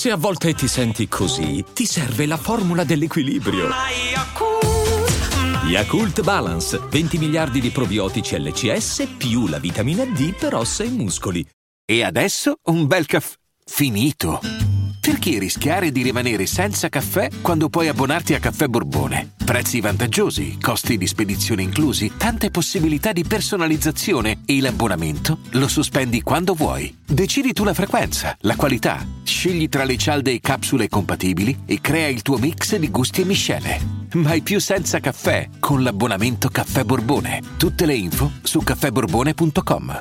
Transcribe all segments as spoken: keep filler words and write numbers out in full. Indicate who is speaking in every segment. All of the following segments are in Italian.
Speaker 1: Se a volte ti senti così, ti serve la formula dell'equilibrio. Yakult Balance, venti miliardi di probiotici L C S più la vitamina D per ossa e muscoli.
Speaker 2: E adesso un bel caffè finito. Perché rischiare di rimanere senza caffè quando puoi abbonarti a Caffè Borbone? Prezzi vantaggiosi, costi di spedizione inclusi, tante possibilità di personalizzazione e l'abbonamento lo sospendi quando vuoi. Decidi tu la frequenza, la qualità, scegli tra le cialde e capsule compatibili e crea il tuo mix di gusti e miscele. Mai più senza caffè con l'abbonamento Caffè Borbone. Tutte le info su caffè borbone punto com.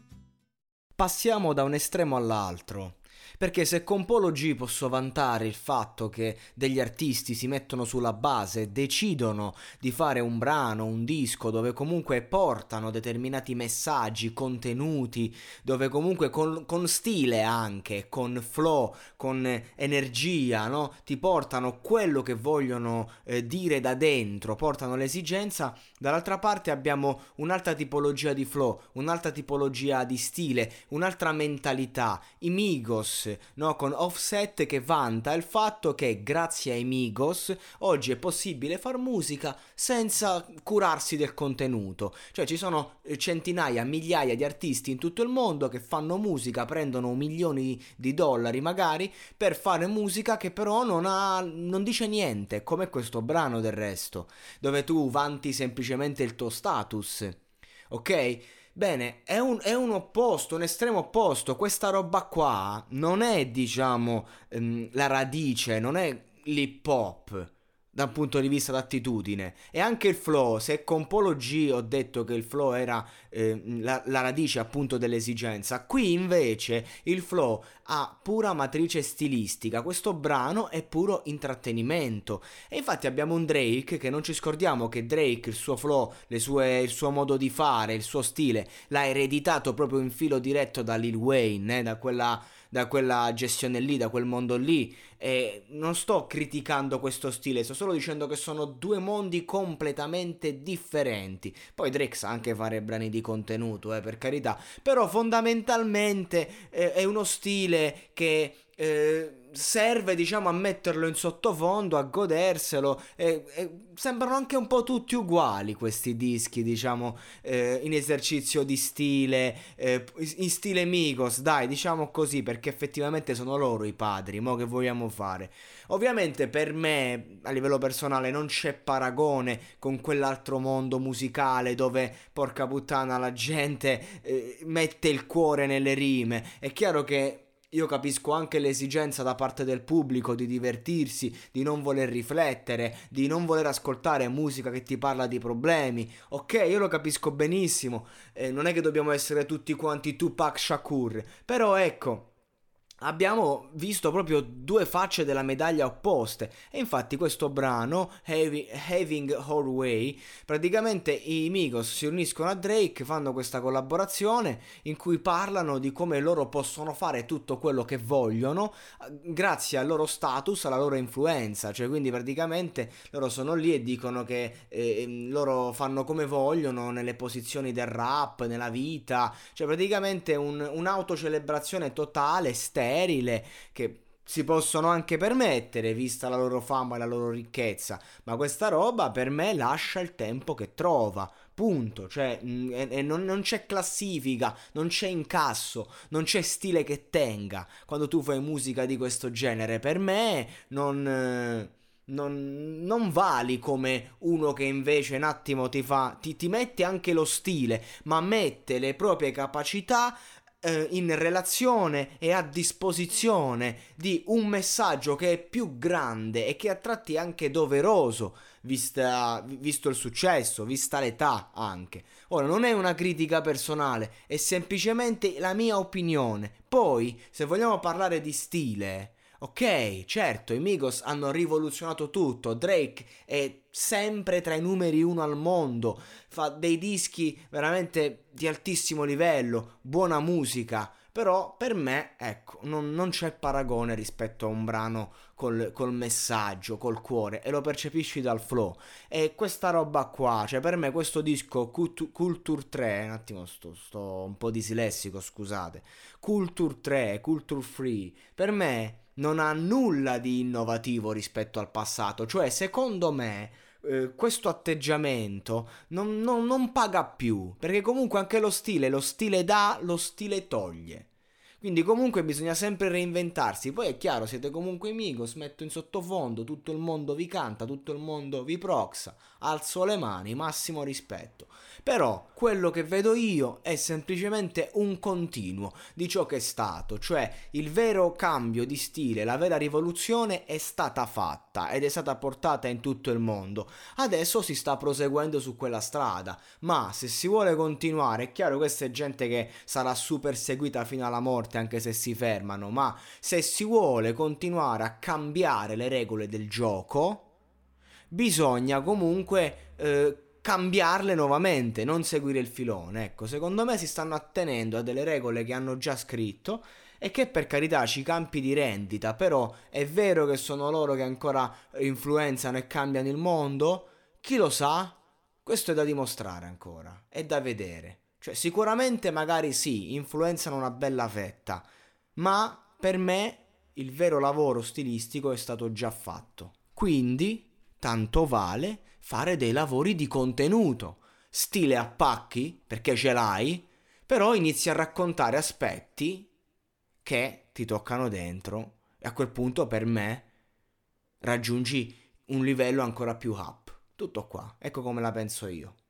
Speaker 3: Passiamo da un estremo all'altro. Perché se con Polo G posso vantare il fatto che degli artisti si mettono sulla base, decidono di fare un brano, un disco dove comunque portano determinati messaggi, contenuti, dove comunque con, con stile anche, con flow, con energia, no? Ti portano quello che vogliono eh, dire da dentro, portano l'esigenza. Dall'altra parte abbiamo un'altra tipologia di flow, un'altra tipologia di stile, un'altra mentalità, i Migos, no? Con Offset che vanta il fatto che grazie ai Migos oggi è possibile far musica senza curarsi del contenuto. Cioè ci sono centinaia, migliaia di artisti in tutto il mondo che fanno musica, prendono milioni di dollari magari per fare musica che però non ha, non dice niente, come questo brano del resto, dove tu vanti semplicemente il tuo status, ok? Bene, è un, è un opposto, un estremo opposto. Questa roba qua non è, diciamo, ehm, la radice, non è l'hip hop da un punto di vista d'attitudine. E anche il flow, se con Polo G ho detto che il flow era eh, la, la radice appunto dell'esigenza, qui invece il flow ha pura matrice stilistica. Questo brano è puro intrattenimento. E infatti abbiamo un Drake che non ci scordiamo che Drake, il suo flow, le sue, il suo modo di fare, il suo stile, l'ha ereditato proprio in filo diretto da Lil Wayne, eh, da quella... da quella gestione lì, da quel mondo lì. E non sto criticando questo stile, sto solo dicendo che sono due mondi completamente differenti. Poi Drake sa anche fare brani di contenuto, eh, per carità, però fondamentalmente eh, è uno stile che eh, serve, diciamo, a metterlo in sottofondo, a goderselo. E, e sembrano anche un po' tutti uguali questi dischi, diciamo, eh, in esercizio di stile, eh, in stile Migos, dai, diciamo così, perché effettivamente sono loro i padri. Mo' che vogliamo fare? Ovviamente per me, a livello personale, non c'è paragone con quell'altro mondo musicale dove, porca puttana, la gente eh, mette il cuore nelle rime. È chiaro che io capisco anche l'esigenza da parte del pubblico di divertirsi, di non voler riflettere, di non voler ascoltare musica che ti parla di problemi. Ok, io lo capisco benissimo, eh, non è che dobbiamo essere tutti quanti Tupac Shakur, però ecco, abbiamo visto proprio due facce della medaglia opposte. E infatti questo brano, Havi- Having Our Way, praticamente i Migos si uniscono a Drake, fanno questa collaborazione in cui parlano di come loro possono fare tutto quello che vogliono grazie al loro status, alla loro influenza. Cioè, quindi praticamente loro sono lì e dicono che eh, loro fanno come vogliono nelle posizioni del rap, nella vita. Cioè praticamente un, un'autocelebrazione totale, sterile, che si possono anche permettere vista la loro fama e la loro ricchezza, ma questa roba per me lascia il tempo che trova, punto. Cioè mh, e, e non, non c'è classifica, non c'è incasso, non c'è stile che tenga quando tu fai musica di questo genere. Per me non... Eh, Non, non vali come uno che invece un attimo ti fa, ti, ti mette anche lo stile, ma mette le proprie capacità eh, in relazione e a disposizione di un messaggio che è più grande e che a tratti è anche doveroso, vista, visto il successo, vista l'età anche. Ora, non è una critica personale, è semplicemente la mia opinione. Poi, se vogliamo parlare di stile, ok, certo, i Migos hanno rivoluzionato tutto. Drake è sempre tra i numeri uno al mondo, fa dei dischi veramente di altissimo livello, buona musica, però per me, ecco, non, non c'è paragone rispetto a un brano col, col messaggio, col cuore, e lo percepisci dal flow. E questa roba qua, cioè per me questo disco Cult- Culture tre, un attimo sto, sto un po' dislessico, scusate, Culture tre, Culture Free, per me non ha nulla di innovativo rispetto al passato. Cioè, secondo me, eh, questo atteggiamento non, non, non paga più, perché comunque anche lo stile, lo stile dà, lo stile toglie. Quindi comunque bisogna sempre reinventarsi. Poi è chiaro, siete comunque i Migos, metto in sottofondo, tutto il mondo vi canta, tutto il mondo vi proxa, alzo le mani, massimo rispetto. Però quello che vedo io è semplicemente un continuo di ciò che è stato, cioè il vero cambio di stile, la vera rivoluzione è stata fatta ed è stata portata in tutto il mondo. Adesso si sta proseguendo su quella strada, ma se si vuole continuare, è chiaro, questa è gente che sarà super seguita fino alla morte anche se si fermano, ma se si vuole continuare a cambiare le regole del gioco, bisogna comunque eh, cambiarle nuovamente, non seguire il filone. Ecco, secondo me si stanno attenendo a delle regole che hanno già scritto e che per carità ci campi di rendita, però è vero che sono loro che ancora influenzano e cambiano il mondo? Chi lo sa? Questo è da dimostrare ancora, è da vedere. Cioè sicuramente magari sì, influenzano una bella fetta, ma per me il vero lavoro stilistico è stato già fatto. Quindi tanto vale fare dei lavori di contenuto, stile a pacchi, perché ce l'hai, però inizi a raccontare aspetti che ti toccano dentro e a quel punto per me raggiungi un livello ancora più up. Tutto qua, ecco come la penso io.